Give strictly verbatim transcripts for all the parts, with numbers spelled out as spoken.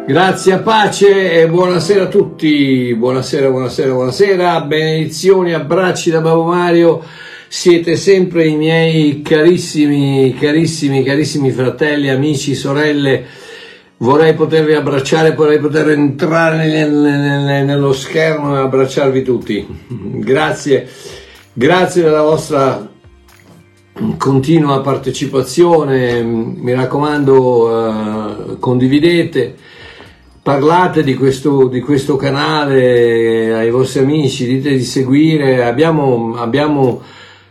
Grazie, a pace e buonasera a tutti. Buonasera, buonasera, buonasera. Benedizioni, abbracci da Babbo Mario. Siete sempre i miei carissimi, carissimi, carissimi fratelli, amici, sorelle. Vorrei potervi abbracciare, vorrei poter entrare nel, nel, nello schermo e abbracciarvi tutti. Grazie, grazie della vostra continua partecipazione. Mi raccomando, uh, condividete, parlate di questo, di questo canale ai vostri amici, dite di seguire. Abbiamo, abbiamo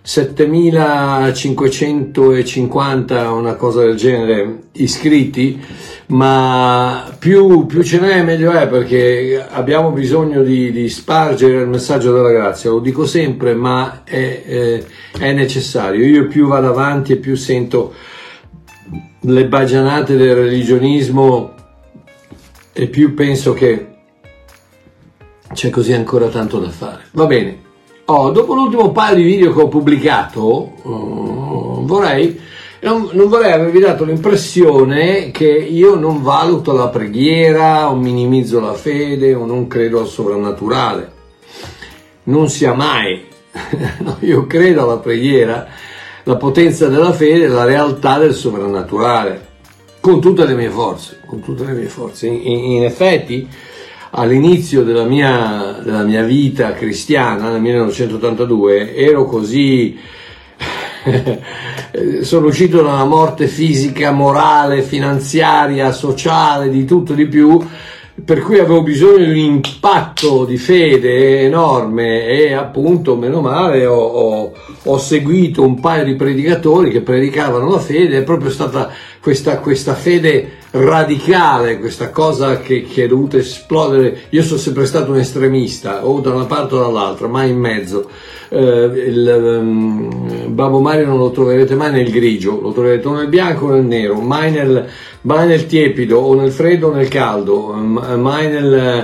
settemilacinquecentocinquanta, una cosa del genere, iscritti, ma più, più ce n'è meglio è, perché abbiamo bisogno di, di spargere il messaggio della grazia. Lo dico sempre, ma è, è, è necessario. Io più vado avanti e più sento le bagianate del religionismo e più penso che c'è così ancora tanto da fare. Va bene. Oh, dopo l'ultimo paio di video che ho pubblicato, uh, vorrei, non, non vorrei avervi dato l'impressione che io non valuto la preghiera o minimizzo la fede o non credo al sovrannaturale. Non sia mai. No, io credo alla preghiera, la potenza della fede, la realtà del sovrannaturale, con tutte le mie forze, con tutte le mie forze. In, in effetti, all'inizio della mia, della mia vita cristiana, nel millenovecentottantadue, ero così, sono uscito da una morte fisica, morale, finanziaria, sociale, di tutto di più, per cui avevo bisogno di un impatto di fede enorme e appunto, meno male, ho, ho, ho seguito un paio di predicatori che predicavano la fede. È proprio stata questa, questa fede radicale, questa cosa che, che è dovuta esplodere. Io sono sempre stato un estremista, o da una parte o dall'altra, mai in mezzo. Eh, il um, Babbo Mario non lo troverete mai nel grigio, lo troverete o nel bianco o nel nero, mai nel, mai nel tiepido o nel freddo o nel caldo, mai nel,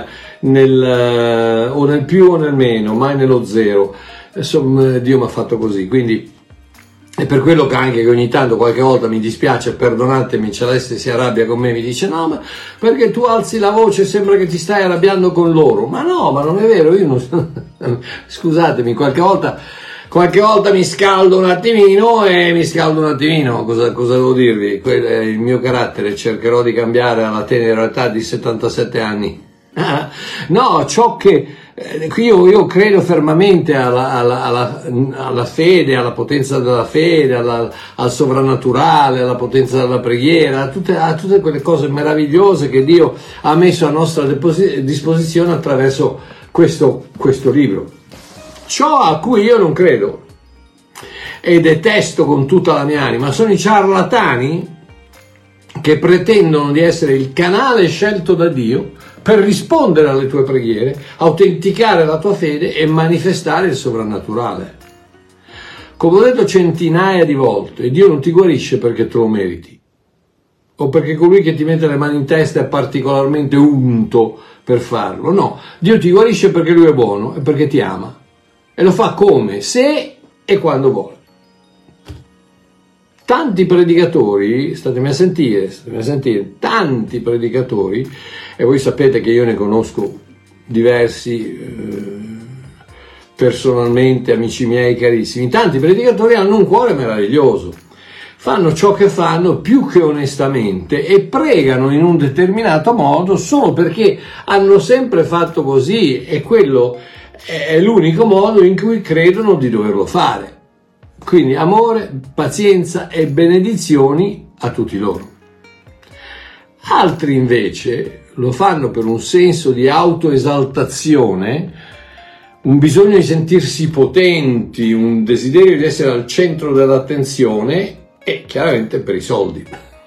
nel o nel più o nel meno, mai nello zero. Insomma, Dio mi ha fatto così, quindi è per quello che anche che ogni tanto, qualche volta, mi dispiace, perdonatemi, Celeste si arrabbia con me, mi dice no, ma perché tu alzi la voce, sembra che ti stai arrabbiando con loro. Ma no, ma non è vero, io non scusatemi, qualche volta qualche volta mi scaldo un attimino e mi scaldo un attimino, cosa, cosa devo dirvi? Quello è il mio carattere, cercherò di cambiare alla tenera età di settantasette anni. No, ciò che Io, io credo fermamente alla, alla, alla, alla fede, alla potenza della fede, alla, al sovrannaturale, alla potenza della preghiera, a tutte, a tutte quelle cose meravigliose che Dio ha messo a nostra disposizione attraverso questo, questo libro. Ciò a cui io non credo e detesto con tutta la mia anima sono i ciarlatani che pretendono di essere il canale scelto da Dio per rispondere alle tue preghiere, autenticare la tua fede e manifestare il sovrannaturale. Come ho detto centinaia di volte, Dio non ti guarisce perché te lo meriti, o perché colui che ti mette le mani in testa è particolarmente unto per farlo. No, Dio ti guarisce perché Lui è buono e perché ti ama. E lo fa come, se e quando vuole. Tanti predicatori, statemi a sentire, statemi a sentire, tanti predicatori, e voi sapete che io ne conosco diversi eh, personalmente, amici miei carissimi, tanti predicatori hanno un cuore meraviglioso, fanno ciò che fanno più che onestamente e pregano in un determinato modo solo perché hanno sempre fatto così e quello è l'unico modo in cui credono di doverlo fare. Quindi amore, pazienza e benedizioni a tutti loro. Altri invece lo fanno per un senso di autoesaltazione, un bisogno di sentirsi potenti, un desiderio di essere al centro dell'attenzione e chiaramente per i soldi.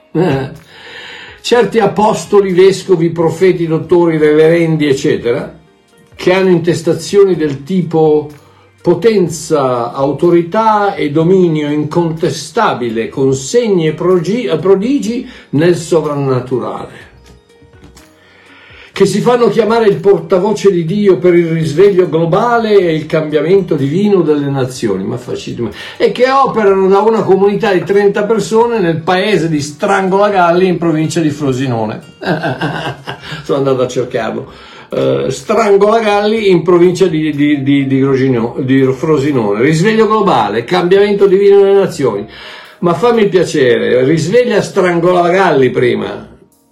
Certi apostoli, vescovi, profeti, dottori, reverendi, eccetera, che hanno intestazioni del tipo potenza, autorità e dominio incontestabile, con segni e prodigi nel sovrannaturale, che si fanno chiamare il portavoce di Dio per il risveglio globale e il cambiamento divino delle nazioni, ma facilmente, e che operano da una comunità di trenta persone nel paese di Strangolagalli in provincia di Frosinone. sono andato a cercarlo. Uh, Strangolagalli in provincia di, di, di, di, Grosino, di Frosinone. Risveglio globale, cambiamento divino nelle nazioni. Ma fammi il piacere, risveglia Strangolagalli prima.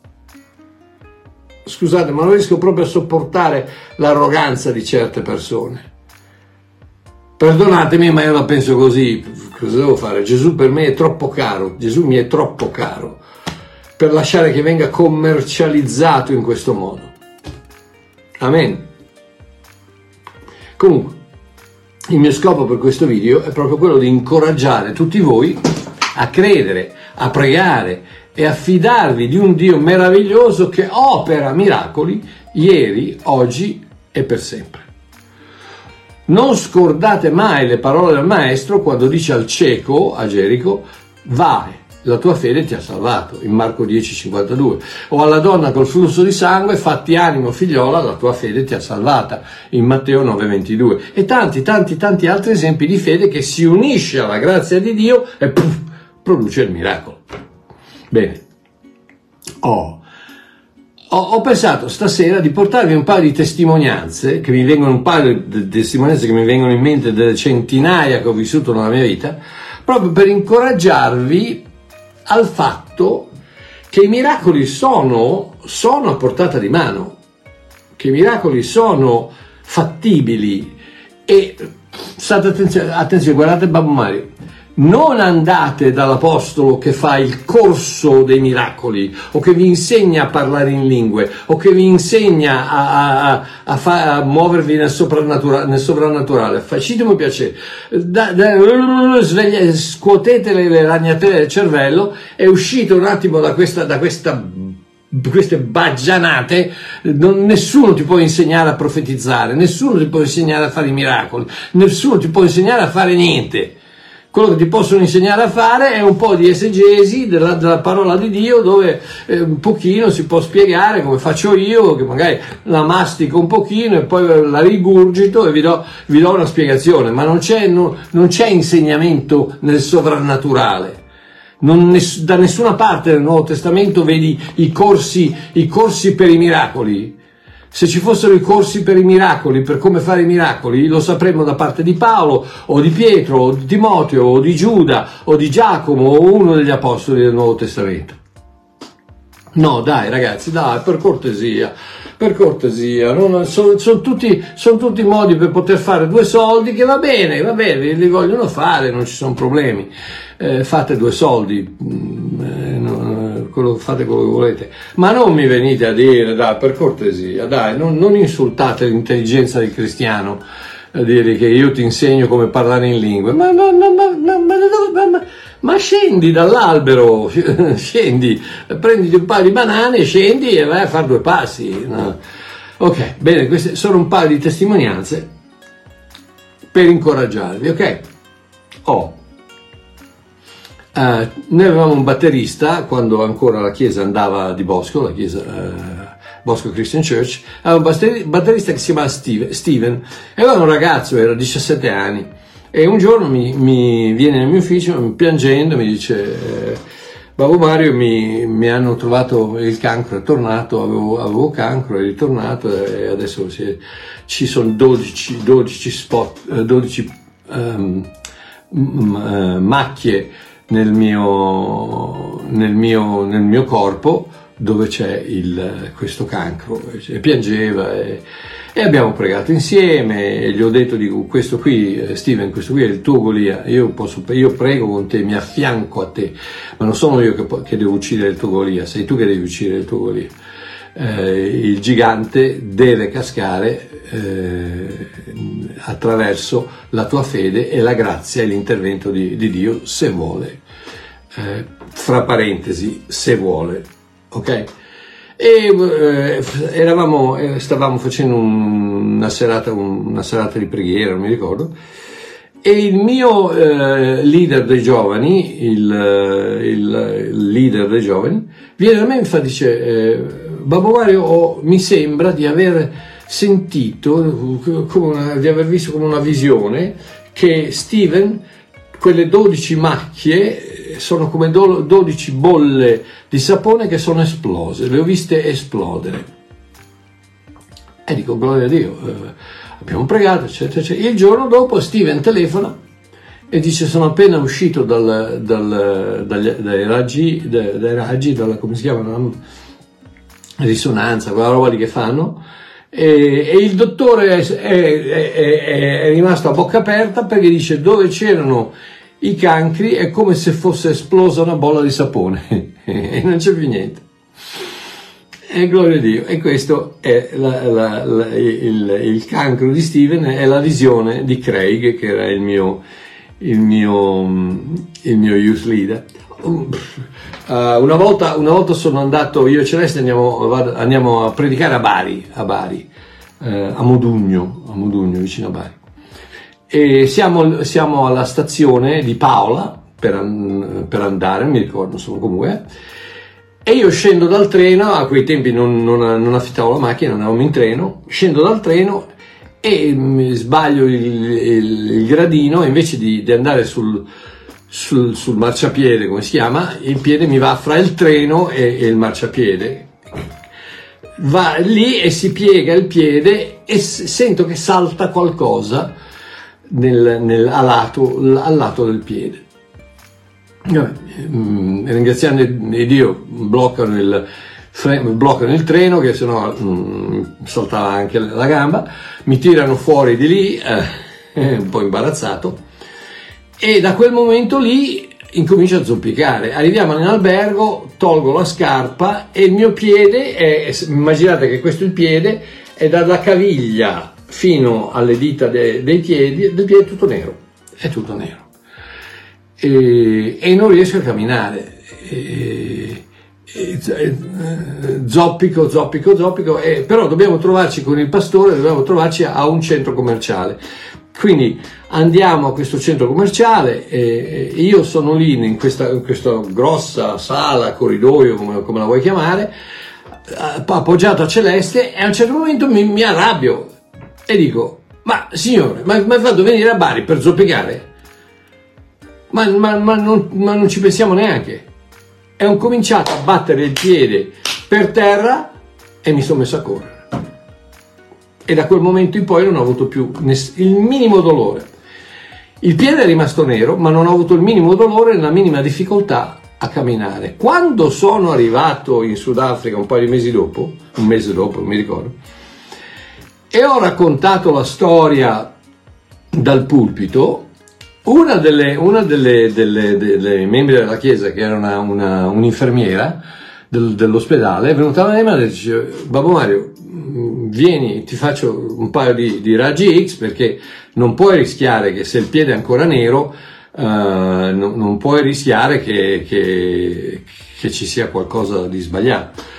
Scusate, ma non riesco proprio a sopportare l'arroganza di certe persone. Perdonatemi, ma io la penso così. Cosa devo fare? Gesù per me è troppo caro. Gesù mi è troppo caro per lasciare che venga commercializzato in questo modo. Amen. Comunque, il mio scopo per questo video è proprio quello di incoraggiare tutti voi a credere, a pregare e a fidarvi di un Dio meraviglioso che opera miracoli ieri, oggi e per sempre. Non scordate mai le parole del Maestro quando dice al cieco, a Gerico, vai, la tua fede ti ha salvato, in Marco dieci cinquantadue, o alla donna col flusso di sangue, fatti animo figliola, la tua fede ti ha salvata, in Matteo nove ventidue, e tanti, tanti, tanti altri esempi di fede che si unisce alla grazia di Dio e puff, produce il miracolo. Bene, oh, ho, ho pensato stasera di portarvi un paio di testimonianze, che mi vengono un paio di testimonianze che mi vengono in mente delle centinaia che ho vissuto nella mia vita, proprio per incoraggiarvi al fatto che i miracoli sono, sono a portata di mano, che i miracoli sono fattibili e state attenzione, attenzione, guardate Babbo Mario, non andate dall'apostolo che fa il corso dei miracoli o che vi insegna a parlare in lingue o che vi insegna a, a, a, fa, a muovervi nel soprannaturale, nel soprannaturale. Facetemi piacere, da, da, sveglia, scuotete le, le ragnatele del cervello e uscite un attimo da questa, da questa queste baggianate. Non, nessuno ti può insegnare a profetizzare, nessuno ti può insegnare a fare i miracoli, nessuno ti può insegnare a fare niente. Quello che ti possono insegnare a fare è un po' di esegesi della, della parola di Dio, dove eh, un pochino si può spiegare come faccio io, che magari la mastico un pochino e poi la rigurgito e vi do, vi do una spiegazione, ma non c'è, non, non c'è insegnamento nel sovrannaturale. Non, ness, da nessuna parte del Nuovo Testamento vedi i corsi, i corsi per i miracoli. Se ci fossero i corsi per i miracoli, per come fare i miracoli, lo sapremmo da parte di Paolo, o di Pietro, o di Timoteo, o di Giuda, o di Giacomo, o uno degli apostoli del Nuovo Testamento. No, dai ragazzi, dai, per cortesia, per cortesia, non, sono, sono, tutti, sono tutti modi per poter fare due soldi che va bene, va bene, li vogliono fare, non ci sono problemi. Eh, fate due soldi, eh, no, quello, fate quello che volete, ma non mi venite a dire, dai, per cortesia, dai, non, non insultate l'intelligenza del cristiano, a dire che io ti insegno come parlare in lingue, ma, ma, ma, ma, ma, ma, ma, ma scendi dall'albero, scendi, prenditi un paio di banane, scendi e vai a fare due passi. No. Ok, bene, queste sono un paio di testimonianze per incoraggiarvi, ok? Oh. Uh, noi avevamo un batterista quando ancora la chiesa andava di Bosco, la chiesa uh, Bosco Christian Church, aveva un batterista che si chiamava Steve, Steven, e aveva un ragazzo, era diciassette anni, e un giorno mi, mi viene nel mio ufficio piangendo, mi dice eh, Babbo Mario, mi, mi hanno trovato il cancro, è tornato, avevo, avevo cancro, è ritornato e adesso si, ci sono dodici, dodici spot, dodici um, m- macchie nel mio, nel mio, nel mio corpo dove c'è il, questo cancro, e piangeva e, e abbiamo pregato insieme e gli ho detto, dico, questo qui Steven, questo qui è il tuo Golia, io, posso, io prego con te, mi affianco a te, ma non sono io che, che devo uccidere il tuo Golia, sei tu che devi uccidere il tuo Golia. Eh, il gigante deve cascare eh, attraverso la tua fede e la grazia e l'intervento di, di Dio, se vuole, eh, fra parentesi, se vuole, ok? E eh, eravamo, eh, stavamo facendo un, una, serata, un, una serata di preghiera, non mi ricordo, e il mio eh, leader dei giovani, il, il, il leader dei giovani, viene da me e mi fa, dice, eh, Babbo Mario, oh, mi sembra di aver sentito, come una, di aver visto come una visione, che Steven, quelle dodici macchie sono come do, dodici bolle di sapone che sono esplose, le ho viste esplodere. E dico, gloria a Dio, eh, abbiamo pregato, eccetera, eccetera. Il giorno dopo Steven telefona e dice, sono appena uscito dal, dal, dagli, dai raggi, dai, dai raggi, dalla, come si chiama, risonanza, quella roba lì che fanno, e, e il dottore è, è, è, è rimasto a bocca aperta, perché dice, dove c'erano i cancri è come se fosse esplosa una bolla di sapone e non c'è più niente. E gloria a Dio. E questo è la, la, la, il, il cancro di Steven, è la visione di Craig, che era il mio il mio il mio youth leader. Uh, una volta una volta sono andato, io e Celeste andiamo, andiamo a predicare a Bari, a Bari, eh, a Modugno, a Modugno, vicino a Bari. E siamo, siamo alla stazione di Paola per, per andare, non mi ricordo, insomma, comunque. E io scendo dal treno, a quei tempi non, non, non affittavo la macchina, andavamo in treno, scendo dal treno e mi sbaglio il, il, il gradino, e invece di, di andare sul, sul, sul marciapiede, come si chiama, il piede mi va fra il treno e, e il marciapiede. Va lì e si piega il piede e sento che salta qualcosa nel, nel, a lato, al lato del piede. Vabbè, mh, ringraziando Dio, bloccano il, bloccano il treno, che sennò mh, saltava anche la gamba, mi tirano fuori di lì, eh, un po' imbarazzato, e da quel momento lì incomincio a zoppicare. Arriviamo in albergo, tolgo la scarpa e il mio piede è, immaginate che questo è il piede, è dalla caviglia fino alle dita de, dei piedi, del piede tutto nero, è tutto nero. E, e non riesco a camminare, e, e, e, zoppico, zoppico, zoppico, e, però dobbiamo trovarci con il pastore, dobbiamo trovarci a un centro commerciale. Quindi andiamo a questo centro commerciale, e, e io sono lì in questa, in questa grossa sala, corridoio, come, come la vuoi chiamare, appoggiato a Celeste, e a un certo momento mi, mi arrabbio e dico, ma signore, ma mi hai fatto venire a Bari per zoppicare? Ma, ma, ma, non, ma non ci pensiamo neanche. E ho cominciato a battere il piede per terra e mi sono messo a correre. E da quel momento in poi non ho avuto più ness- il minimo dolore. Il piede è rimasto nero, ma non ho avuto il minimo dolore e la minima difficoltà a camminare. Quando sono arrivato in Sudafrica un paio di mesi dopo, un mese dopo, non mi ricordo, e ho raccontato la storia dal pulpito, Una delle, una delle, delle, delle membri della chiesa, che era una, una, un'infermiera del, dell'ospedale, è venuta da me e mi ha detto, dice, Babbo Mario, vieni, ti faccio un paio di, di raggi X, perché non puoi rischiare che, se il piede è ancora nero, uh, non, non puoi rischiare che, che, che ci sia qualcosa di sbagliato.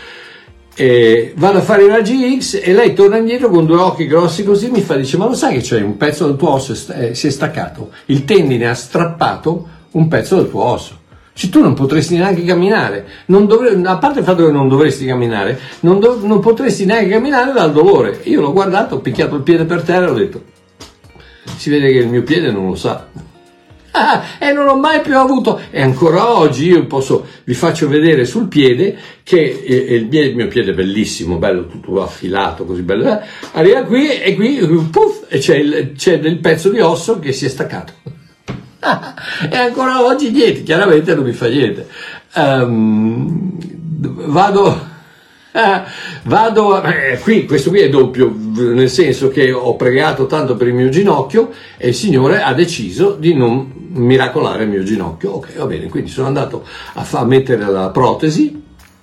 E vado a fare i raggi X e lei torna indietro con due occhi grossi così, mi fa, dice, ma lo sai che c'è un pezzo del tuo osso eh, si è staccato, il tendine ha strappato un pezzo del tuo osso, cioè tu non potresti neanche camminare, non dovre- a parte il fatto che non dovresti camminare, non, dov- non potresti neanche camminare dal dolore. Io l'ho guardato, ho picchiato il piede per terra e ho detto, si vede che il mio piede non lo sa. Ah, e non ho mai più avuto, e ancora oggi io posso, vi faccio vedere sul piede che eh, il, mio, il mio piede è bellissimo, bello, tutto affilato, così bello, eh? Arriva qui e qui, puff, e c'è, il, c'è del pezzo di osso che si è staccato. E ancora oggi niente, chiaramente non mi fa niente. Um, vado... Eh, vado eh, qui, questo qui è doppio, nel senso che ho pregato tanto per il mio ginocchio e il Signore ha deciso di non miracolare il mio ginocchio. Ok, va bene, quindi sono andato a far mettere la protesi,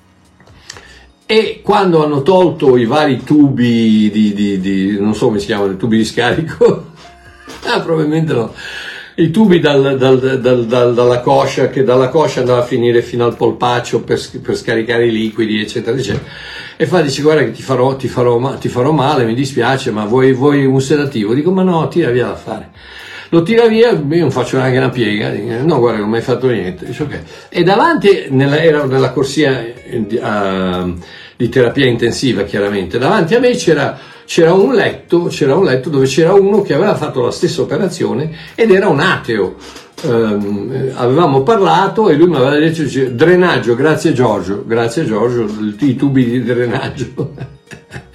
e quando hanno tolto i vari tubi di, di, di non so come si chiamano, i tubi di scarico, ah, probabilmente no, i tubi dal, dal, dal, dal, dalla coscia, che dalla coscia andava a finire fino al polpaccio per, per scaricare i liquidi, eccetera, eccetera. E fa, dice, guarda che ti farò, ti farò, ti farò male, mi dispiace, ma vuoi, vuoi un sedativo? Dico, ma no, tira via da fare. Lo tira via, io non faccio neanche una piega, dico, no, guarda, non mi hai fatto niente. Dice, okay. E davanti, nella, era nella corsia uh, di terapia intensiva, chiaramente, davanti a me c'era C'era un letto, c'era un letto dove c'era uno che aveva fatto la stessa operazione ed era un ateo. Um, avevamo parlato e lui mi aveva detto, dice, drenaggio, grazie Giorgio, grazie Giorgio, i tubi di drenaggio.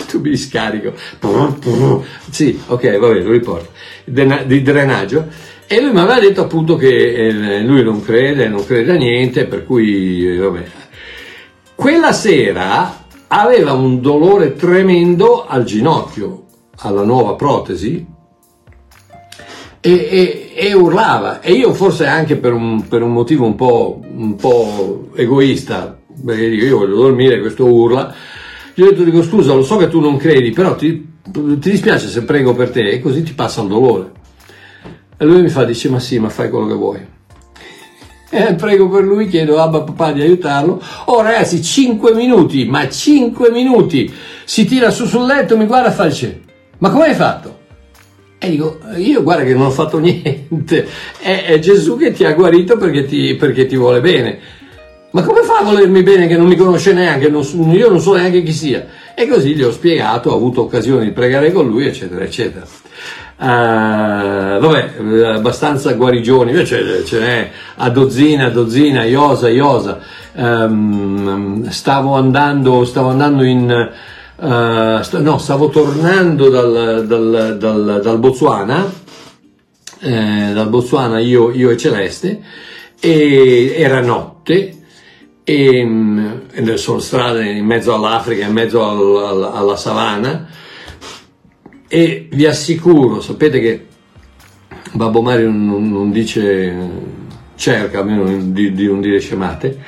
tubi di scarico, sì, ok, va bene, lo riporto, di drenaggio. E lui mi aveva detto appunto che lui non crede, non crede a niente, per cui vabbè. Quella sera aveva un dolore tremendo al ginocchio, alla nuova protesi, e, e, e urlava. E io forse anche per un, per un motivo un po', un po' egoista, perché io voglio dormire, questo urla, gli ho detto, dico, scusa, lo so che tu non credi, però ti, ti dispiace se prego per te, e così ti passa il dolore. E lui mi fa, dice, ma sì, ma fai quello che vuoi. E prego per lui, chiedo a Abba papà di aiutarlo. Oh ragazzi, cinque minuti, ma cinque minuti, si tira su sul letto, mi guarda e fa, dice, ma come hai fatto? E dico, io guarda che non ho fatto niente, è, è Gesù che ti ha guarito perché ti, perché ti vuole bene. Ma come fa a volermi bene che non mi conosce neanche, non, io non so neanche chi sia? E così gli ho spiegato, ho avuto occasione di pregare con lui, eccetera, eccetera. Uh, vabbè, abbastanza guarigioni, invece ce n'è a dozzina, a dozzina, iosa, iosa. Um, stavo andando, stavo andando in, uh, st- no, stavo tornando dal, dal, dal, dal Botswana, eh, dal Botswana io, io e Celeste, e era notte. E, e sono strade in mezzo all'Africa, in mezzo al, al, alla savana, e vi assicuro, sapete che Babbo Mario non, non dice, cerca almeno di, di non dire scemate.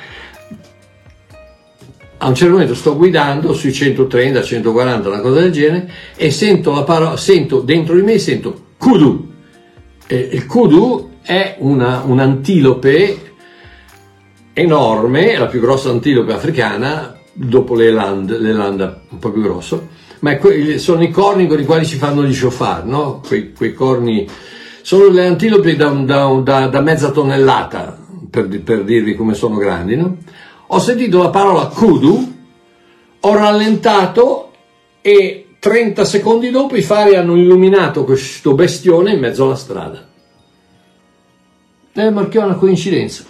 A un certo momento sto guidando sui centotrenta, centoquaranta, una cosa del genere, e sento la parola, sento dentro di me, sento kudu. E il kudu è una, un'antilope enorme, è la più grossa antilope africana dopo l'eland, l'elanda un po' più grosso, ma è que- sono i corni con i quali ci fanno gli shofar, no? Que- quei corni sono le antilope da, da, da, da mezza tonnellata, per, per dirvi come sono grandi, no? Ho sentito la parola kudu, ho rallentato e trenta secondi dopo i fari hanno illuminato questo bestione in mezzo alla strada. E marchiò una coincidenza.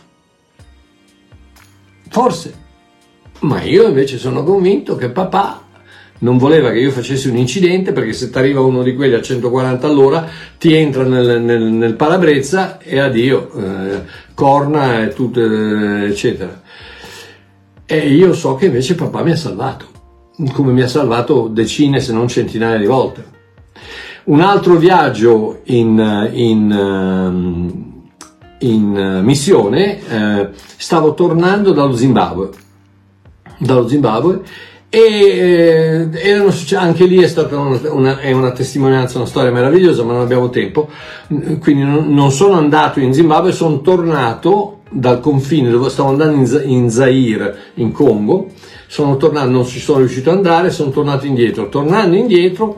Forse, ma io invece sono convinto che papà non voleva che io facessi un incidente, perché se ti arriva uno di quelli a centoquaranta all'ora ti entra nel, nel, nel parabrezza e addio, eh, corna e tutto, eh, eccetera. E io so che invece papà mi ha salvato, come mi ha salvato decine se non centinaia di volte. Un altro viaggio in, in in missione, eh, stavo tornando dallo Zimbabwe, dallo Zimbabwe e eh, erano, anche lì è stata una, una, è una testimonianza, una storia meravigliosa, ma non abbiamo tempo, quindi non, non sono andato in Zimbabwe, sono tornato dal confine, dove stavo andando in, in Zaire, in Congo, sono tornato, non ci sono riuscito ad andare, sono tornato indietro, tornando indietro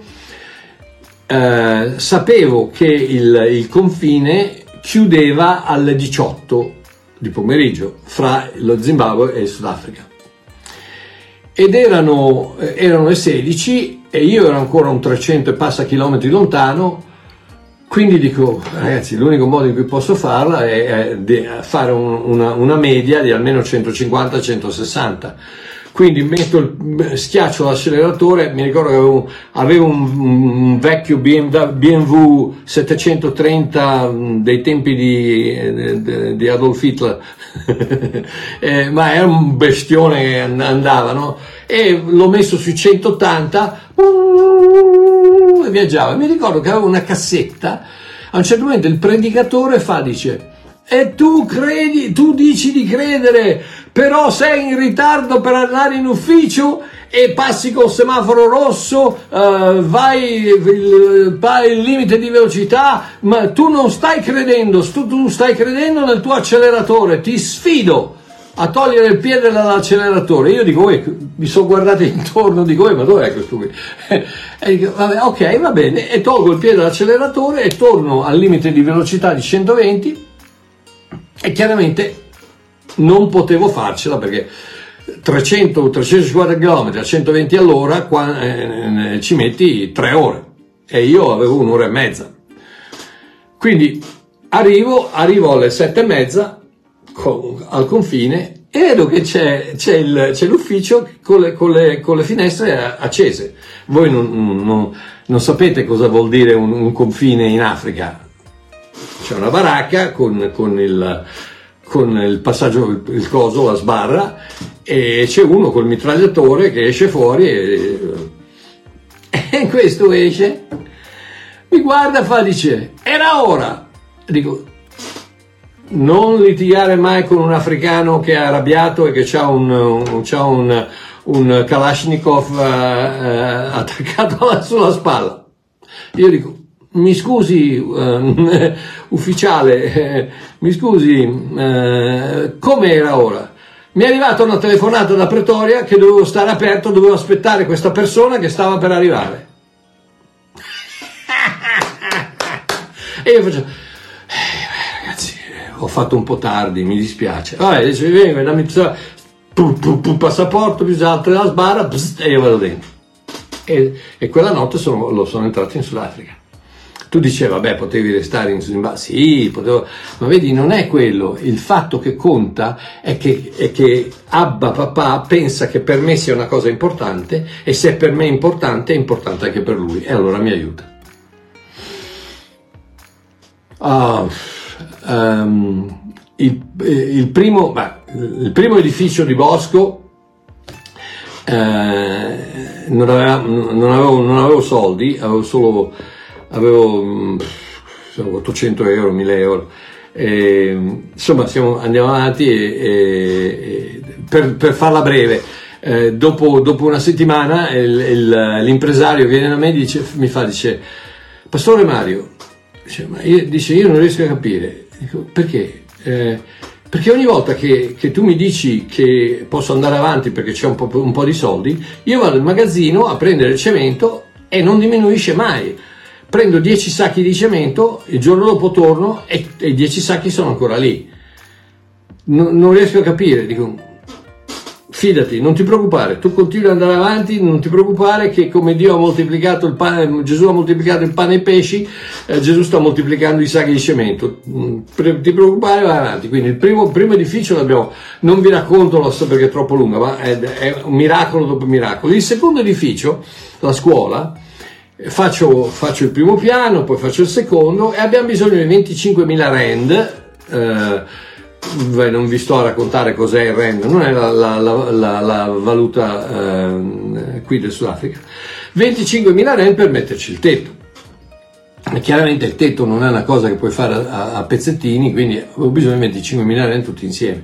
eh, sapevo che il, il confine chiudeva alle diciotto di pomeriggio fra lo Zimbabwe e il Sudafrica, ed erano, erano le sedici e io ero ancora un trecento e passa chilometri lontano, quindi dico, ragazzi, l'unico modo in cui posso farla è, è fare un, una, una media di almeno centocinquanta centosessanta. Quindi metto il, schiaccio l'acceleratore. Mi ricordo che avevo, avevo un, un vecchio B M W settecentotrenta dei tempi di, di, di Adolf Hitler, eh, ma era un bestione che andava, no? E l'ho messo sui centottanta uh, e viaggiava. Mi ricordo che avevo una cassetta. A un certo momento il predicatore fa, dice, e tu credi, tu dici di credere, però sei in ritardo per andare in ufficio e passi col semaforo rosso, uh, vai il, il limite di velocità, ma tu non stai credendo, tu, tu stai credendo nel tuo acceleratore, ti sfido a togliere il piede dall'acceleratore. Io dico, mi sono guardato intorno, dico, ma dov'è questo qui? E dico, vabbè, ok, va bene, e tolgo il piede dall'acceleratore e torno al limite di velocità di centoventi. E chiaramente non potevo farcela, perché trecento trecentocinquanta chilometri a centoventi all'ora qua, eh, ci metti tre ore e io avevo un'ora e mezza. Quindi arrivo, arrivo alle sette e mezza con, al confine, e vedo che c'è, c'è, il, c'è l'ufficio con le, con, le, con le finestre accese. Voi non, non, non sapete cosa vuol dire un, un confine in Africa. C'è una baracca con, con, il, con il passaggio, il, il coso, la sbarra, e c'è uno col mitragliatore che esce fuori e, e questo esce, mi guarda, fa, dice, era ora. Dico, non litigare mai con un africano che è arrabbiato e che ha un, un, c'ha un, un Kalashnikov uh, uh, attaccato sulla spalla. Io dico, mi scusi uh, ufficiale, eh, mi scusi, uh, come era ora? Mi è arrivata una telefonata da Pretoria che dovevo stare aperto, dovevo aspettare questa persona che stava per arrivare. E io faccio, eh, ragazzi, ho fatto un po' tardi, mi dispiace. Vabbè, adesso mi vengo, dammi il passaporto, più alto della sbarra, pss, e io vado dentro. E, e quella notte sono, lo sono entrato in Sudafrica. Tu dicevi, vabbè, potevi restare in Zimbabwe, sì, potevo, ma vedi, non è quello. Il fatto che conta è che, è che Abba papà pensa che per me sia una cosa importante, e se per me è importante, è importante anche per lui, e allora mi aiuta. Ah, um, il, il, primo, beh, il primo edificio di Bosco, eh, non, aveva, non, avevo, non avevo soldi, avevo solo avevo ottocento euro, mille euro, e, insomma siamo, andiamo avanti e, e, per, per farla breve, eh, dopo, dopo una settimana il, il, l'impresario viene da me e dice, mi fa, dice, Pastore Mario, dice, ma io, dice, io non riesco a capire. Dico, perché? Eh, perché ogni volta che, che tu mi dici che posso andare avanti perché c'è un po', un po' di soldi, io vado in magazzino a prendere il cemento e non diminuisce mai. Prendo dieci sacchi di cemento, il giorno dopo torno e, e i dieci sacchi sono ancora lì. Non, non riesco a capire. Dico, fidati, non ti preoccupare, tu continui ad andare avanti, non ti preoccupare che come Dio ha moltiplicato il pane, Gesù ha moltiplicato il pane e i pesci, eh, Gesù sta moltiplicando i sacchi di cemento. Pre- ti preoccupare, vai avanti. Quindi il primo, primo edificio l'abbiamo, non vi racconto lo so perché è troppo lunga, ma è, è un miracolo dopo miracolo. Il secondo edificio, la scuola, Faccio, faccio il primo piano, poi faccio il secondo e abbiamo bisogno di venticinquemila rand, eh, beh, non vi sto a raccontare cos'è il rand, non è la, la, la, la, la valuta eh, qui del Sudafrica, venticinquemila rand per metterci il tetto. E chiaramente il tetto non è una cosa che puoi fare a, a pezzettini, quindi ho bisogno di venticinquemila rand tutti insieme.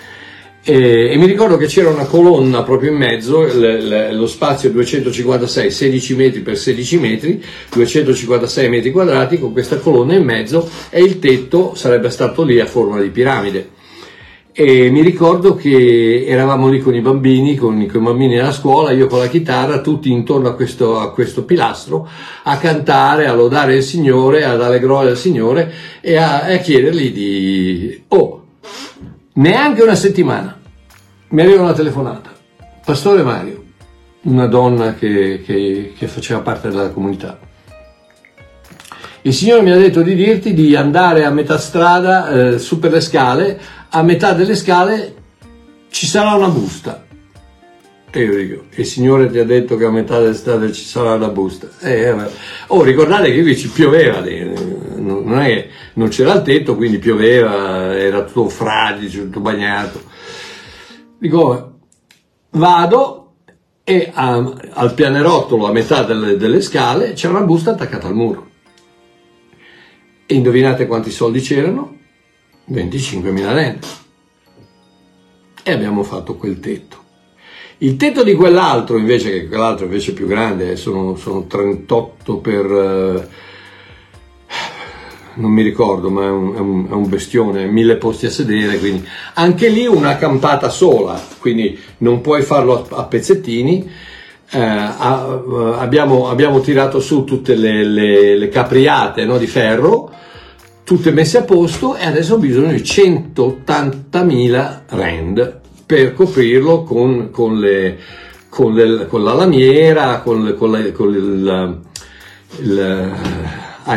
E, e mi ricordo che c'era una colonna proprio in mezzo, le, le, lo spazio duecentocinquantasei, sedici metri per sedici metri, duecentocinquantasei metri quadrati, con questa colonna in mezzo, e il tetto sarebbe stato lì a forma di piramide. E mi ricordo che eravamo lì con i bambini, con i, con i bambini della scuola, io con la chitarra, tutti intorno a questo, a questo pilastro, a cantare, a lodare il Signore, a dare gloria al Signore e a, a chiedergli di... oh, neanche una settimana mi arriva una telefonata, Pastore Mario, una donna che, che, che faceva parte della comunità, il Signore mi ha detto di dirti di andare a metà strada, eh, su per le scale, a metà delle scale ci sarà una busta. E io dico, il Signore ti ha detto che a metà delle strade ci sarà una busta. Eh, oh, ricordate che qui ci pioveva, non è che non c'era il tetto, quindi pioveva, era tutto fradicio, tutto bagnato. Dico, vado e a, al pianerottolo, a metà delle, delle scale, c'è una busta attaccata al muro. E indovinate quanti soldi c'erano? venticinquemila rand. E abbiamo fatto quel tetto. Il tetto di quell'altro invece, che quell'altro invece è più grande, sono, sono trentotto per... Eh, non mi ricordo, ma è un, è, un, è un bestione, mille posti a sedere, quindi anche lì una campata sola, quindi non puoi farlo a, a pezzettini. Eh, a, abbiamo, abbiamo tirato su tutte le, le, le capriate, no, di ferro, tutte messe a posto, e adesso ho bisogno di centottantamila rand per coprirlo con, con, le, con, le, con la lamiera, con, le, con, le, con il, il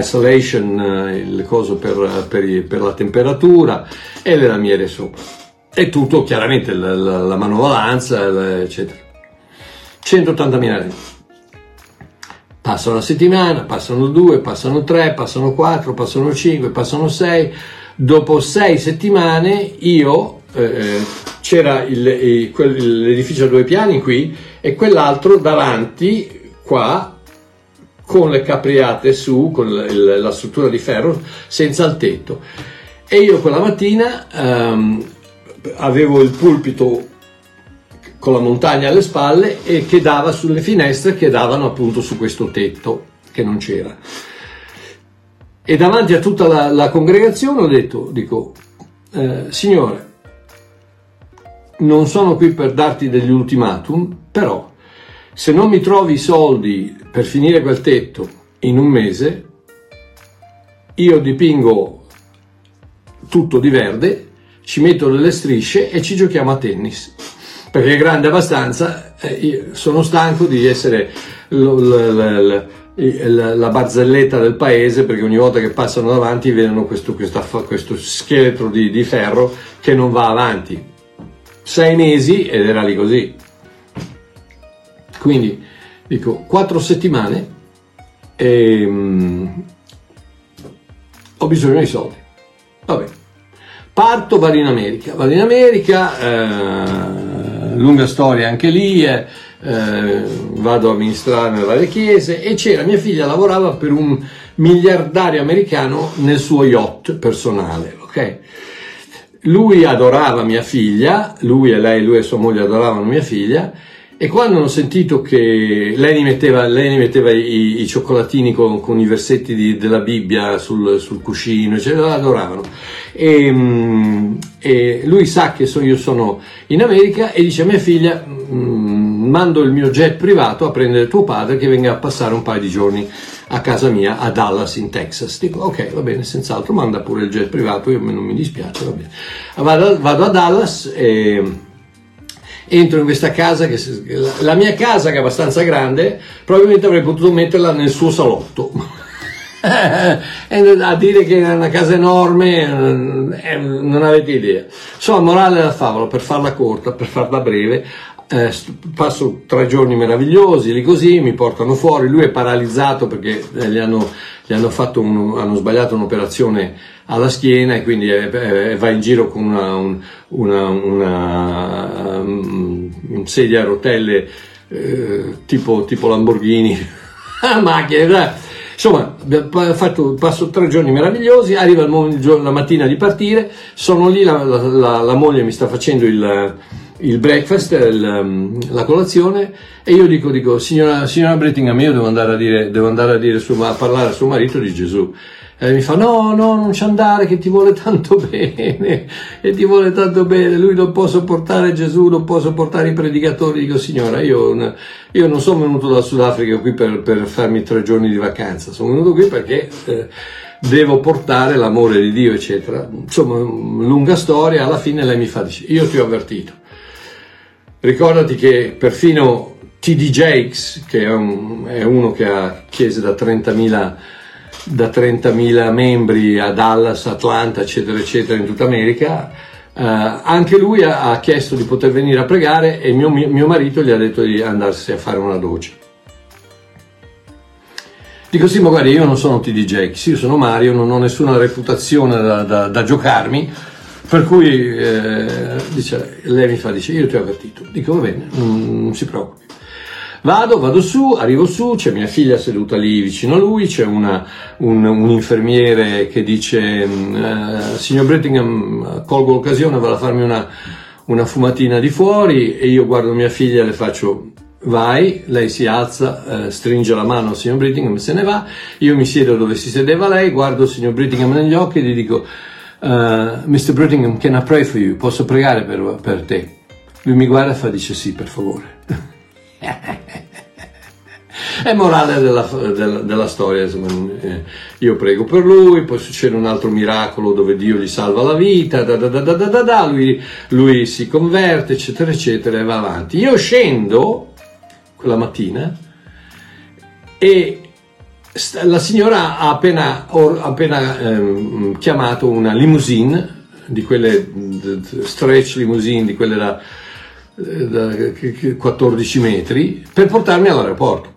isolation, il coso per, per, per la temperatura e le lamiere sopra. e tutto chiaramente, la, la, la manovalanza, eccetera. centottantamila euro. Passa una settimana, passano due, passano tre, passano quattro, passano cinque, passano sei. Dopo sei settimane io, eh, c'era il, il, quel, l'edificio a due piani qui e quell'altro davanti qua con le capriate su, con la, la struttura di ferro senza il tetto. E io quella mattina ehm, avevo il pulpito con la montagna alle spalle e che dava sulle finestre che davano appunto su questo tetto che non c'era. E davanti a tutta la, la congregazione ho detto, dico, eh, Signore, non sono qui per darti degli ultimatum, però se non mi trovi i soldi per finire quel tetto in un mese, io dipingo tutto di verde, ci metto delle strisce e ci giochiamo a tennis. Perché è grande abbastanza, eh, io sono stanco di essere lo, lo, lo, lo, La, la barzelletta del paese, perché ogni volta che passano davanti vedono questo, questa, questo scheletro di, di ferro che non va avanti. Sei mesi ed era lì così. Quindi dico quattro settimane e um, ho bisogno di soldi. Vabbè, parto, vado in America. Vado in America, eh, lunga storia anche lì. Eh, Eh, vado a amministrare nelle varie chiese e c'era mia figlia, lavorava per un miliardario americano nel suo yacht personale, ok? Lui adorava mia figlia, lui e lei, lui e sua moglie adoravano mia figlia, e quando hanno sentito che lei gli metteva, lei gli metteva i, i cioccolatini con, con i versetti di, della Bibbia sul, sul cuscino, eccetera, adoravano. E, e lui sa che so, io sono in America e dice a mia figlia, mando il mio jet privato a prendere tuo padre che venga a passare un paio di giorni a casa mia a Dallas in Texas. Dico ok, va bene, senz'altro, manda pure il jet privato, io non mi dispiace, va bene. Vado, vado a Dallas e entro in questa casa, che la mia casa che è abbastanza grande, probabilmente avrei potuto metterla nel suo salotto. A dire che è una casa enorme, eh, non avete idea. Insomma, morale della favola, per farla corta, per farla breve, eh, passo tre giorni meravigliosi lì così, mi portano fuori, lui è paralizzato perché eh, gli hanno, gli hanno fatto un, hanno sbagliato un'operazione alla schiena e quindi eh, eh, va in giro con una, un, una, una um, un sedia a rotelle eh, tipo, tipo Lamborghini, a macchina. Insomma, fatto, passo tre giorni meravigliosi, arriva il giorno, la mattina di partire, sono lì, la, la, la moglie mi sta facendo il, il breakfast, il, la colazione, e io dico, dico signora, signora Brittingham, io devo andare a dire, devo andare a, dire suo, a parlare a suo marito di Gesù. E mi fa, no, no, non ci andare, che ti vuole tanto bene, e ti vuole tanto bene, lui non può sopportare Gesù, non può sopportare i predicatori. Dico, signora, io, io non sono venuto dal Sudafrica qui per, per farmi tre giorni di vacanza, sono venuto qui perché eh, devo portare l'amore di Dio, eccetera. Insomma, lunga storia, alla fine lei mi fa, dice, io ti ho avvertito, ricordati che perfino T D Jakes, che è, un, è uno che ha chiese da trentamila da trentamila membri a Dallas, Atlanta, eccetera, eccetera, in tutta America, eh, anche lui ha, ha chiesto di poter venire a pregare e mio, mio marito gli ha detto di andarsi a fare una doccia. Dico, sì, ma guardi, io non sono T D Jakes, io sono Mario, non ho nessuna reputazione da, da, da giocarmi, per cui eh, dice, lei mi fa, dice, io ti ho avvertito. Dico, va bene, non, non si preoccupi. Vado, vado su, arrivo su, c'è mia figlia seduta lì vicino a lui, c'è una, un, un infermiere che dice, uh, signor Brittingham, colgo l'occasione, vado a farmi una, una fumatina di fuori, e io guardo mia figlia e le faccio, vai, lei si alza, uh, stringe la mano al signor Brittingham e se ne va, io mi siedo dove si sedeva lei, guardo il signor Brittingham negli occhi e gli dico, uh, mister Brittingham, can I pray for you? Posso pregare per, per te? Lui mi guarda e fa, dice, sì, per favore. È morale della, della, della storia, insomma, eh, io prego per lui, poi succede un altro miracolo dove Dio gli salva la vita, da, da, da, da, da, da, lui, lui si converte, eccetera, eccetera, e va avanti. Io scendo quella mattina e la signora ha appena, ha appena ehm, chiamato una limousine di quelle stretch limousine, di quelle da, da quattordici metri, per portarmi all'aeroporto.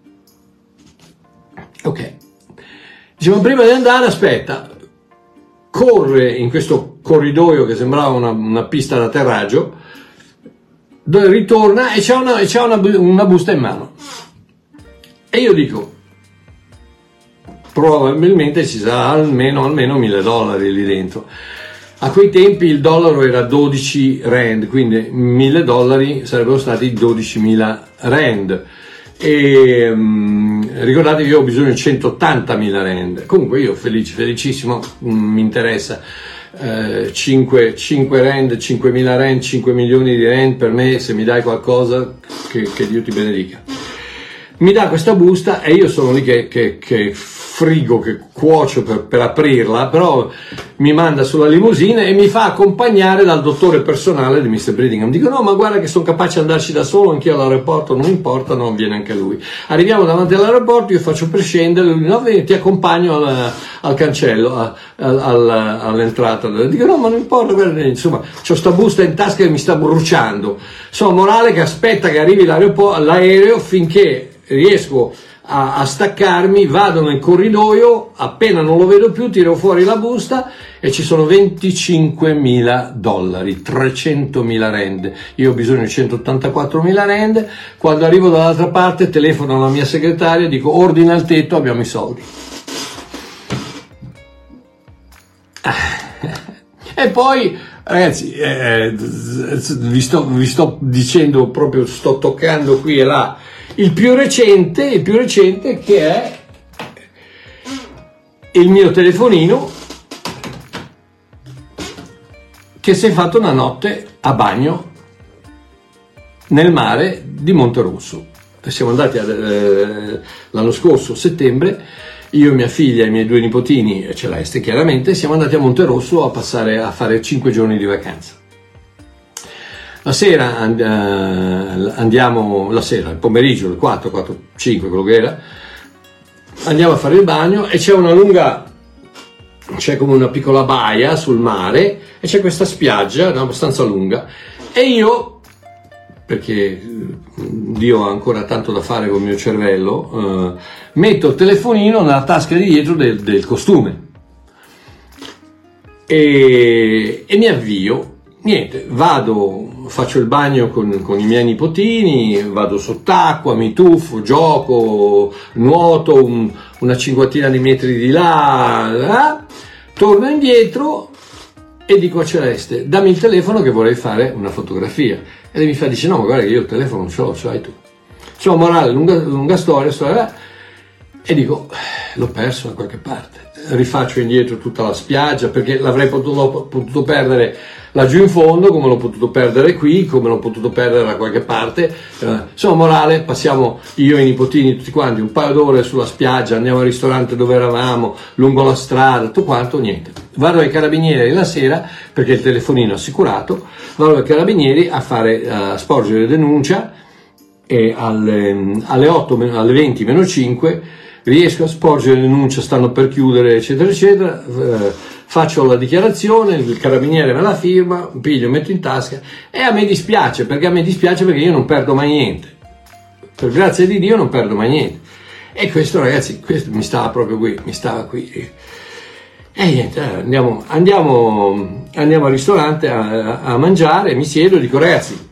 Ok. Diciamo, prima di andare, aspetta, corre in questo corridoio che sembrava una, una pista d'atterraggio, dove ritorna e c'ha una, e c'ha una, una busta in mano. E io dico, probabilmente ci sarà almeno, almeno mille dollari lì dentro. A quei tempi il dollaro era dodici rand, quindi mille dollari sarebbero stati dodicimila rand. E um, ricordatevi, io ho bisogno di centottantamila rand. Comunque io felice, felicissimo, um, mi interessa. Uh, cinque, cinque rand, cinquemila rand, cinque milioni di rand, per me, se mi dai qualcosa, che, che Dio ti benedica. Mi dà questa busta e io sono lì che, che, che frigo, che cuocio per, per aprirla, però mi manda sulla limousine e mi fa accompagnare dal dottore personale di mister Bridingham. Dico, no, ma guarda che sono capace di andarci da solo, anch'io all'aeroporto, non importa, non viene anche lui. Arriviamo davanti all'aeroporto, io faccio per scendere, lui no, vieni, ti accompagno al, al cancello, a, al, all'entrata. Dico, no, ma non importa, guarda, insomma, c'ho sta busta in tasca che mi sta bruciando. Sono morale che aspetta che arrivi l'aereo finché riesco a, a staccarmi, vado nel corridoio, appena non lo vedo più tiro fuori la busta e ci sono venticinquemila dollari, trecentomila rand. Io ho bisogno di centottantaquattromila rand. Quando arrivo dall'altra parte telefono alla mia segretaria, dico ordina il tetto, abbiamo i soldi. E poi ragazzi, eh, vi, sto, vi sto dicendo proprio, sto toccando qui e là il più recente, il più recente che è il mio telefonino che si è fatto una notte a bagno nel mare di Monterosso. Siamo andati eh, l'anno scorso, settembre, io, mia figlia e i miei due nipotini e Celeste chiaramente, siamo andati a Monterosso a passare a fare cinque giorni di vacanza. La sera andiamo, la sera, il pomeriggio, le quattro, quattro, cinque, quello che era, andiamo a fare il bagno e c'è una lunga, c'è come una piccola baia sul mare e c'è questa spiaggia abbastanza lunga e io, perché Dio ha ancora tanto da fare con il mio cervello, eh, metto il telefonino nella tasca di dietro del, del costume e, e mi avvio. Niente, vado, faccio il bagno con, con i miei nipotini, vado sott'acqua, mi tuffo, gioco, nuoto un, una cinquantina di metri di là, eh, torno indietro e dico a Celeste, dammi il telefono che vorrei fare una fotografia. E lei mi fa, dice, no, ma guarda che io il telefono non ce l'ho, ce l'hai tu. Insomma, morale, lunga, lunga storia, storia, e dico, l'ho perso da qualche parte. Rifaccio indietro tutta la spiaggia perché l'avrei potuto, potuto perdere laggiù in fondo, come l'ho potuto perdere qui, come l'ho potuto perdere da qualche parte. Eh, insomma, morale, passiamo io e i nipotini tutti quanti un paio d'ore sulla spiaggia, andiamo al ristorante dove eravamo, lungo la strada, tutto quanto, niente. Vado ai carabinieri la sera perché il telefonino è assicurato, vado ai carabinieri a fare a sporgere denuncia e alle, alle otto, alle venti meno cinque riesco a sporgere denuncia, stanno per chiudere, eccetera, eccetera, eh, faccio la dichiarazione, il carabiniere me la firma, piglio, metto in tasca e a me dispiace, perché a me dispiace perché io non perdo mai niente, per grazia di Dio non perdo mai niente. E questo, ragazzi, questo mi stava proprio qui, mi stava qui. E niente, andiamo, andiamo, andiamo al ristorante a, a mangiare, mi siedo e dico, ragazzi,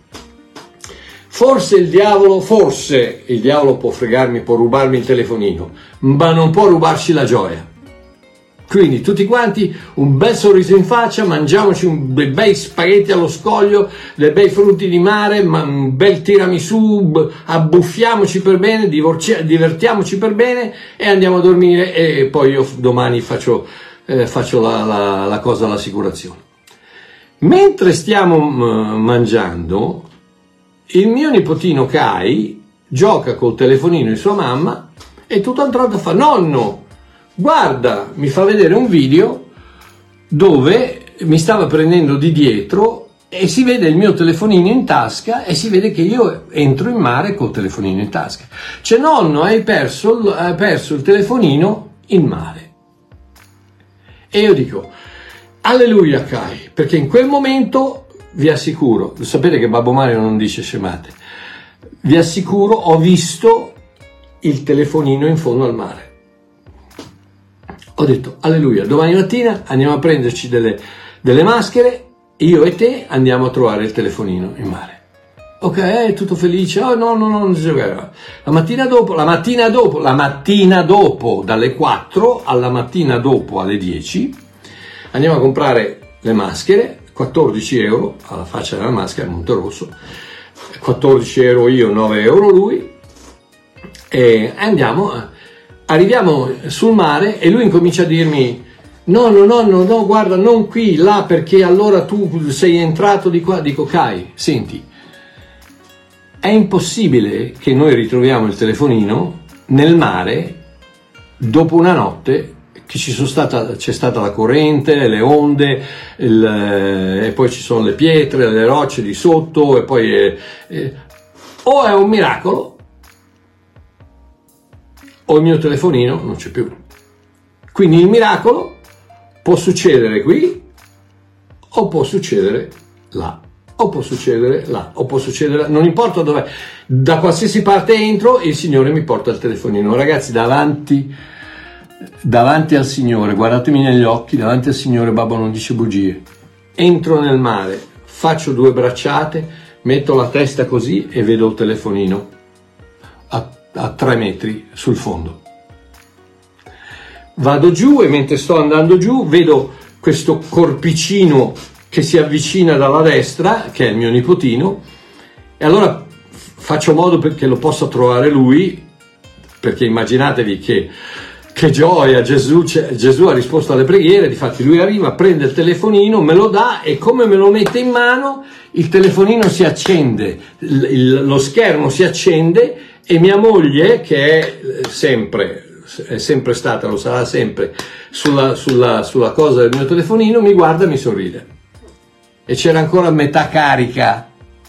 forse il diavolo, forse il diavolo può fregarmi, può rubarmi il telefonino, ma non può rubarci la gioia. Quindi tutti quanti un bel sorriso in faccia, mangiamoci un, dei bei spaghetti allo scoglio, dei bei frutti di mare, ma un bel tiramisù, abbuffiamoci per bene, divertiamoci per bene e andiamo a dormire e poi io domani faccio, eh, faccio la, la, la cosa all'assicurazione. Mentre stiamo m- mangiando, il mio nipotino Kai gioca col telefonino di sua mamma e tutto a un tratto fa, nonno, guarda, mi fa vedere un video dove mi stava prendendo di dietro e si vede il mio telefonino in tasca e si vede che io entro in mare col telefonino in tasca. Cioè, nonno, hai perso, hai perso il telefonino in mare. E io dico, alleluia Kai, perché in quel momento vi assicuro, sapete che Babbo Mario non dice scemate, vi assicuro ho visto il telefonino in fondo al mare. Ho detto alleluia, domani mattina andiamo a prenderci delle, delle maschere, io e te andiamo a trovare il telefonino in mare. Ok, tutto felice. Oh no, no, no, non si giocava. La mattina dopo, la mattina dopo, la mattina dopo, dalle quattro alla mattina dopo alle dieci, andiamo a comprare le maschere, quattordici euro, alla faccia della maschera, Monterosso, quattordici euro io, nove euro lui, e andiamo, arriviamo sul mare e lui incomincia a dirmi no, no, no, no, no, guarda, non qui, là, perché allora tu sei entrato di qua. Dico, Kai, senti, è impossibile che noi ritroviamo il telefonino nel mare dopo una notte che ci sono stata, c'è stata la corrente, le onde, il, e poi ci sono le pietre, le rocce di sotto, e poi eh, eh, o è un miracolo o il mio telefonino non c'è più. Quindi il miracolo può succedere qui o può succedere là. O può succedere là, o può succedere là, non importa dov'è, da qualsiasi parte entro il Signore mi porta il telefonino. Ragazzi, davanti, davanti al Signore, guardatemi negli occhi, davanti al Signore Babbo non dice bugie. Entro nel mare, faccio due bracciate, metto la testa così e vedo il telefonino a, a tre metri sul fondo. Vado giù e mentre sto andando giù vedo questo corpicino che si avvicina dalla destra, che è il mio nipotino, e allora faccio modo perché lo possa trovare lui, perché immaginatevi che, che gioia, Gesù, Gesù ha risposto alle preghiere. Difatti lui arriva, prende il telefonino, me lo dà e come me lo mette in mano, il telefonino si accende, il, il, lo schermo si accende e mia moglie, che è sempre... è sempre stata, lo sarà sempre, sulla, sulla, sulla cosa del mio telefonino, mi guarda e mi sorride. E c'era ancora metà carica.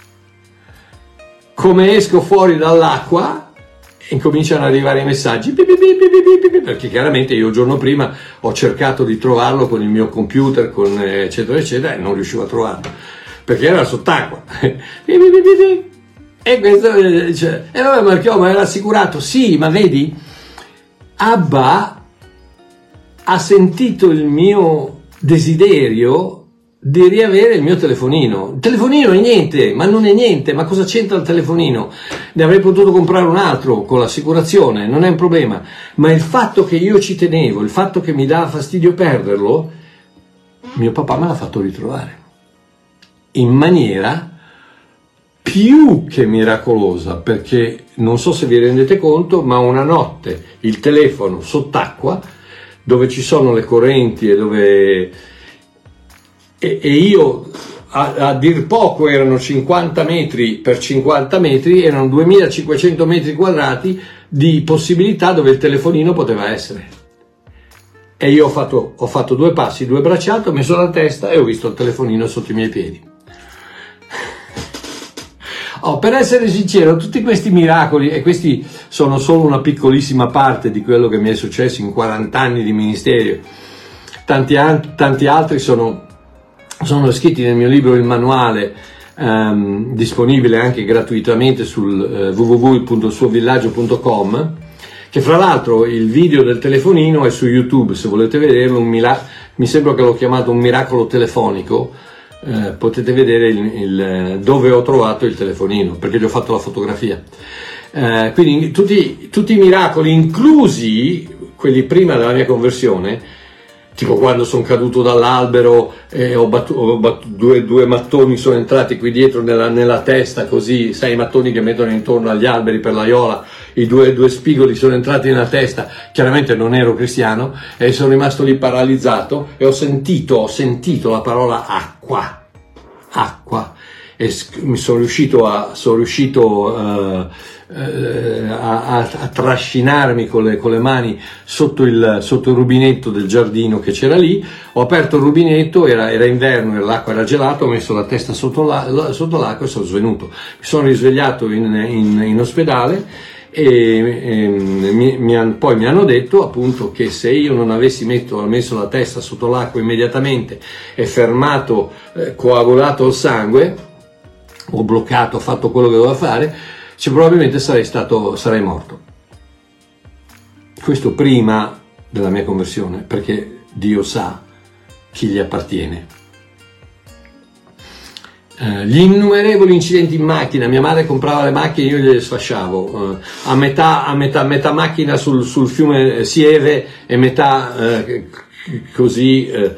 Come esco fuori dall'acqua, incominciano ad arrivare i messaggi, perché chiaramente io il giorno prima ho cercato di trovarlo con il mio computer, con eccetera eccetera, e non riuscivo a trovarlo, perché era sott'acqua. E questo dice, e vabbè Marchio, ma era assicurato? Sì, ma vedi, Abba ha sentito il mio desiderio di riavere il mio telefonino. Il telefonino è niente, ma non è niente, ma cosa c'entra il telefonino? Ne avrei potuto comprare un altro con l'assicurazione, non è un problema, ma il fatto che io ci tenevo, il fatto che mi dava fastidio perderlo, mio papà me l'ha fatto ritrovare in maniera più che miracolosa, perché non so se vi rendete conto, ma una notte il telefono sott'acqua, dove ci sono le correnti e dove e, e io a, a dir poco erano cinquanta metri per cinquanta metri, erano duemilacinquecento metri quadrati di possibilità dove il telefonino poteva essere, e io ho fatto, ho fatto due passi, due bracciate, ho messo la testa e ho visto il telefonino sotto i miei piedi. Oh, per essere sincero, tutti questi miracoli, e questi sono solo una piccolissima parte di quello che mi è successo in quaranta anni di ministero, tanti, an- tanti altri sono, sono scritti nel mio libro Il Manuale, ehm, disponibile anche gratuitamente sul eh, w w w punto il suo villaggio punto com, che fra l'altro il video del telefonino è su YouTube, se volete vederlo, un mila- mi sembra che l'ho chiamato un miracolo telefonico. Eh, potete vedere il, il, dove ho trovato il telefonino, perché gli ho fatto la fotografia. Eh, quindi tutti, tutti i miracoli, inclusi quelli prima della mia conversione, tipo quando sono caduto dall'albero e ho battuto, ho battuto due, due mattoni sono entrati qui dietro nella, nella testa, così, sai, i mattoni che mettono intorno agli alberi per l'aiola, i due, due spigoli sono entrati nella testa. Chiaramente non ero cristiano e sono rimasto lì paralizzato e ho sentito, ho sentito la parola acqua, acqua, e mi sono riuscito a, sono riuscito uh, uh, a, a, a trascinarmi con le, con le mani sotto il, sotto il rubinetto del giardino che c'era lì. Ho aperto il rubinetto, era, era inverno, l'acqua era gelata, ho messo la testa sotto, la, sotto l'acqua e sono svenuto. Mi sono risvegliato in, in, in ospedale e, e mi, mi han, poi mi hanno detto appunto che se io non avessi messo, messo la testa sotto l'acqua immediatamente e fermato, eh, coagulato il sangue, o bloccato, fatto quello che doveva fare, cioè, probabilmente sarei stato, sarei morto. Questo prima della mia conversione, perché Dio sa chi gli appartiene. Uh, gli innumerevoli incidenti in macchina, mia madre comprava le macchine, io gliele sfasciavo, uh, a metà, a metà, metà macchina sul, sul fiume Sieve e metà uh, così. Uh,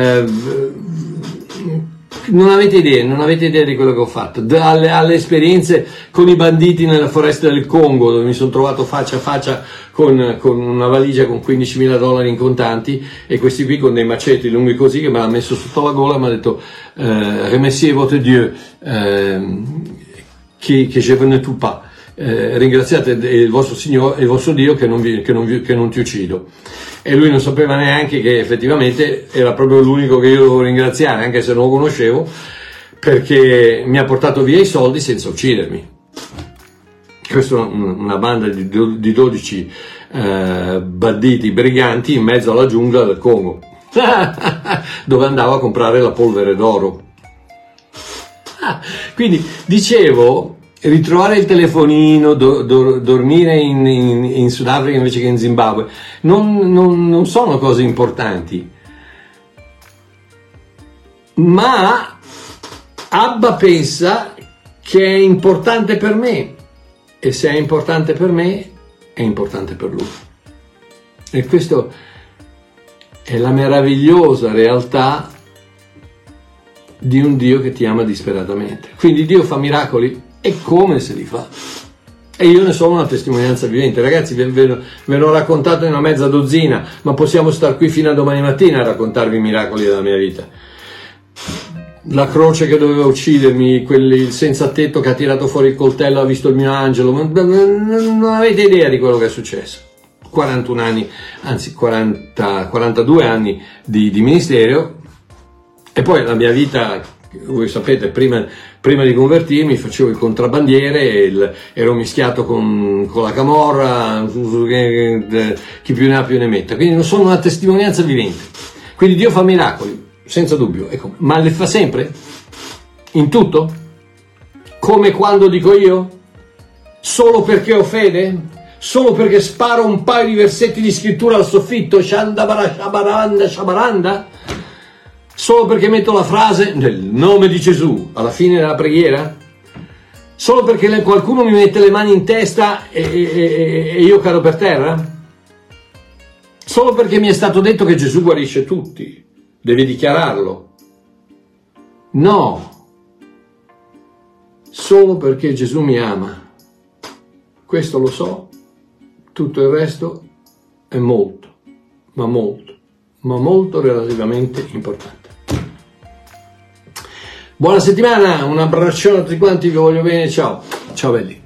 uh, non avete idea, non avete idea di quello che ho fatto, alle, alle esperienze con i banditi nella foresta del Congo, dove mi sono trovato faccia a faccia con, con una valigia con quindicimila dollari in contanti e questi qui con dei macetti lunghi così che me l'ha messo sotto la gola e mi ha detto eh, remerciez votre Dieu eh, che, che je ne tue pas, eh, ringraziate il vostro Signore, il vostro Dio che non, vi, che, non vi, che non ti uccido. E lui non sapeva neanche che effettivamente era proprio l'unico che io dovevo ringraziare, anche se non lo conoscevo, perché mi ha portato via i soldi senza uccidermi. Questa è una banda di dodici eh, banditi briganti in mezzo alla giungla del Congo, dove andavo a comprare la polvere d'oro. Quindi dicevo, ritrovare il telefonino, do, do, dormire in, in, in Sudafrica invece che in Zimbabwe, non, non, non sono cose importanti. Ma Abba pensa che è importante per me, e se è importante per me, è importante per lui. E questa è la meravigliosa realtà di un Dio che ti ama disperatamente. Quindi Dio fa miracoli, e come se li fa? E io ne sono una testimonianza vivente. Ragazzi, ve, ve, ve l'ho raccontato in una mezza dozzina, ma possiamo star qui fino a domani mattina a raccontarvi i miracoli della mia vita. La croce che doveva uccidermi, quelli, il senza tetto che ha tirato fuori il coltello, ha visto il mio angelo, non avete idea di quello che è successo. quarantuno anni, anzi quaranta, quarantadue anni di, di ministero, e poi la mia vita, voi sapete, prima, prima di convertirmi facevo il contrabbandiere, il, ero mischiato con, con la camorra, chi più ne ha più ne metta, quindi non sono una testimonianza vivente. Quindi Dio fa miracoli, senza dubbio, ecco, ma le fa sempre? In tutto? Come quando dico io? Solo perché ho fede? Solo perché sparo un paio di versetti di scrittura al soffitto, shandabara, shabaranda, shabaranda? Solo perché metto la frase nel nome di Gesù alla fine della preghiera? Solo perché qualcuno mi mette le mani in testa e, e, e io cado per terra? Solo perché mi è stato detto che Gesù guarisce tutti? Devi dichiararlo? No. Solo perché Gesù mi ama. Questo lo so. Tutto il resto è molto, ma molto, ma molto relativamente importante. Buona settimana, un abbraccione a tutti quanti, vi voglio bene, ciao, ciao belli.